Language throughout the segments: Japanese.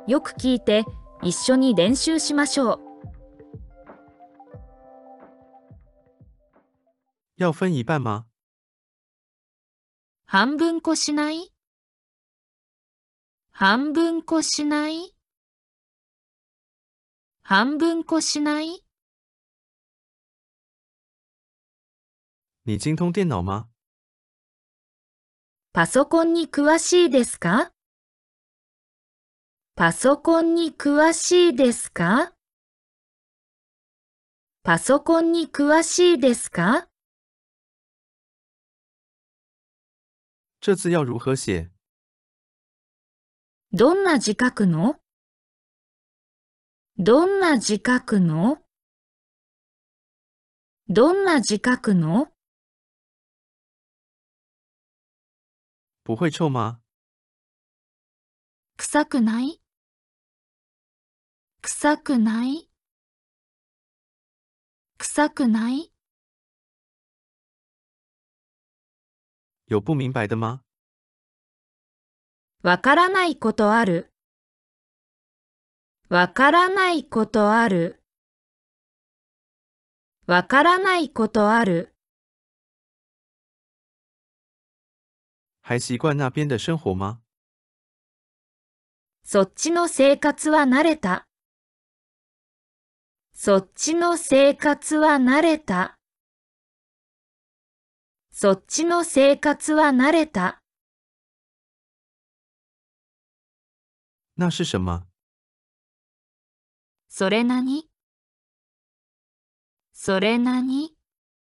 よく聞いて、一緒に練習しましょう。 要分一半吗？ 半分こしない？半分こしない？半分こしない？ 你精通电脑吗？ パソコンに詳しいですか？パソコンに詳しいですか？パソコンに詳しいですか？ 这字要如何写？ どんな字書くの？どんな字書くの？どんな字書くの？ 不会臭吗？ 臭くない？臭くない？臭くない？ 有不明白的吗？ わからないことある？わからないことある？わからないことある？ 还习惯那边的生活吗？ そっちの生活は慣れた？そっちの生活は慣れた？そっちの生活は慣れた？ 那是什么？ それなに？それなに？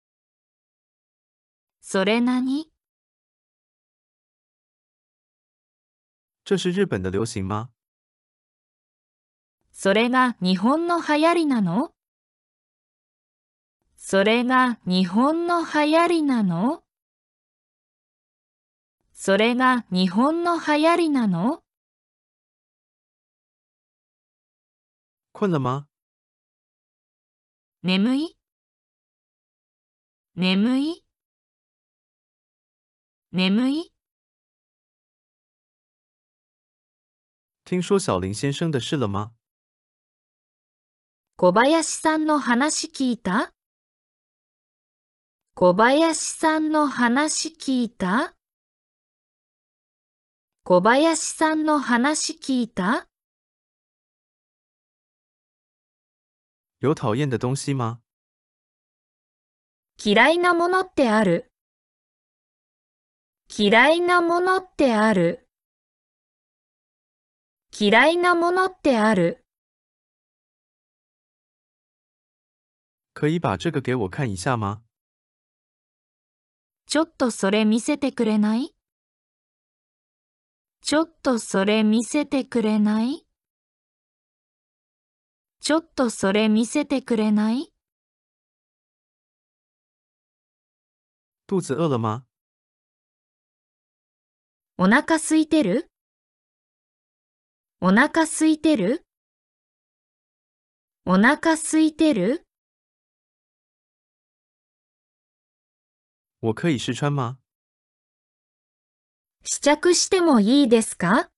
それなに？ 这是日本的流行吗？ それが日本の流行りなの？それが日本の流行りなの？それが日本の流行りなの？ 困了吗？ 眠い？眠い？眠い？ 听说小林先生的事了吗？ 小林さんの話聞いた？小林さんの話聞いた？小林さんの話聞いた？ 有讨厌的东西吗？ 嫌いなものってある？嫌いなものってある？嫌いなものってある？ 可以把这个给我看一下吗？ ちょっとそれ見せてくれない？ちょっとそれ見せてくれない？ちょっとそれ見せてくれない？ 肚子饿了吗？ お腹空いてる？お腹空いてる？お腹空いてる？ 我可以试穿吗？ 試着してもいいですか？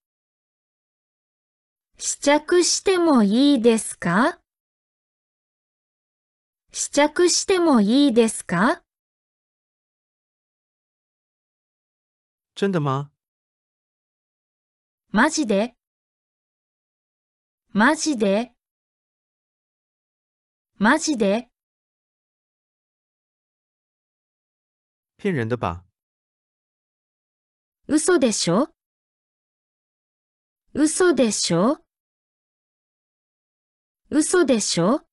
試着してもいいですか？試着してもいいですか？ 真的吗？ マジで？マジで？マジで？ 骗人的吧？ 嘘でしょ？嘘でしょ？嘘でしょ？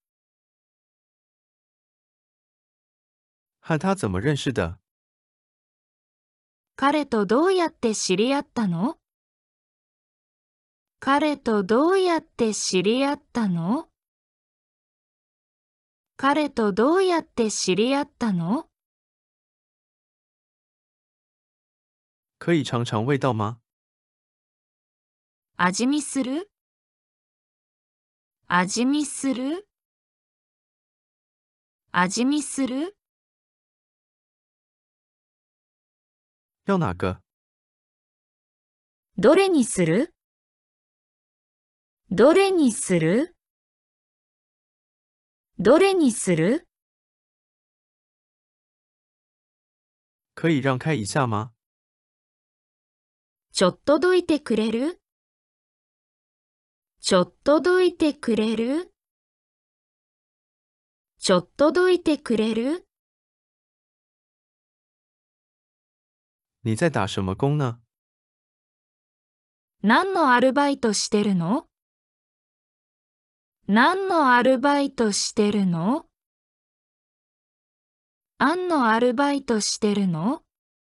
和他怎么认识的？ 彼とどうやって知り合ったの？彼とどうやって知り合ったの？彼とどうやって知り合ったの？ 可以尝尝味道吗？ 味見する？味見する？味見する？ 要哪个？ どれにする？ どれにする？どれにする？ 可以让开一下吗？ ちょっとどいてくれる？ちょっとどいてくれる？ちょっとどいてくれる？ 你在打什么工呢？ 何のアルバイトしてるの？何のアルバイトしてるの？何のアルバイトしてるの？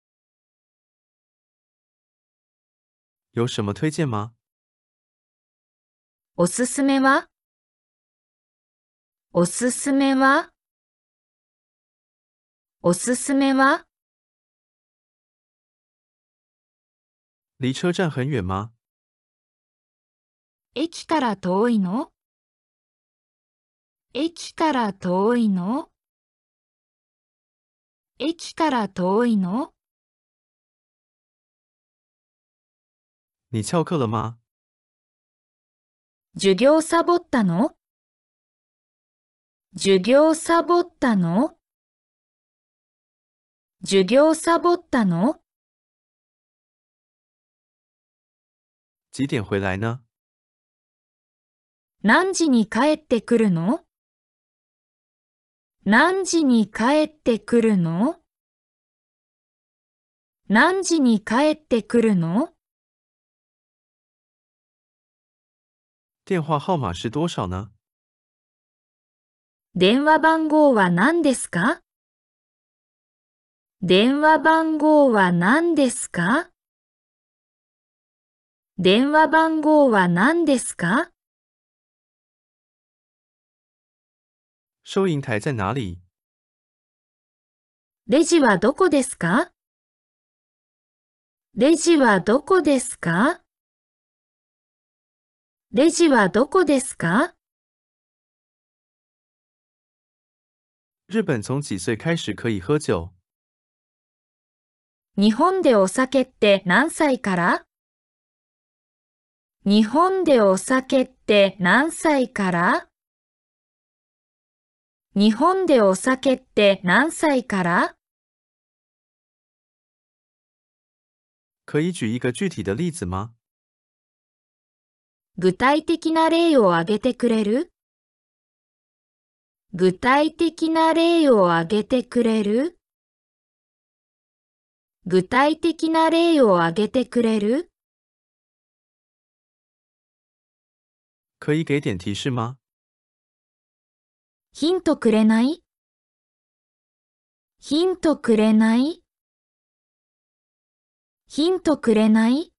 有什么推荐吗？ おすすめは？おすすめは？おすすめは？ 离车站很远吗？ 駅から遠いの？駅から遠いの？駅から遠いの？ 你翘课了吗？ 授業サボったの？授業サボったの？授業サボったの？ 几点回来呢？ 何時に帰ってくるの？何時に帰ってくるの？何時に帰ってくるの？ 电话号码是多少呢？ 電話番号は何ですか？電話番号は何ですか？電話番号は何ですか？ 收银台在哪里？ レジはどこですか？レジはどこですか？レジはどこですか？ 日本从几岁开始可以喝酒？ 日本でお酒って何歳から？日本でお酒って何歳から？日本でお酒って何歳から？ 可以举一个具体的例子吗？ 具体的な例を挙げてくれる？具体的な例を挙げてくれる？具体的な例を挙げてくれる？ 可以给点提示吗？ ヒントくれない？ヒントくれない？ヒントくれない？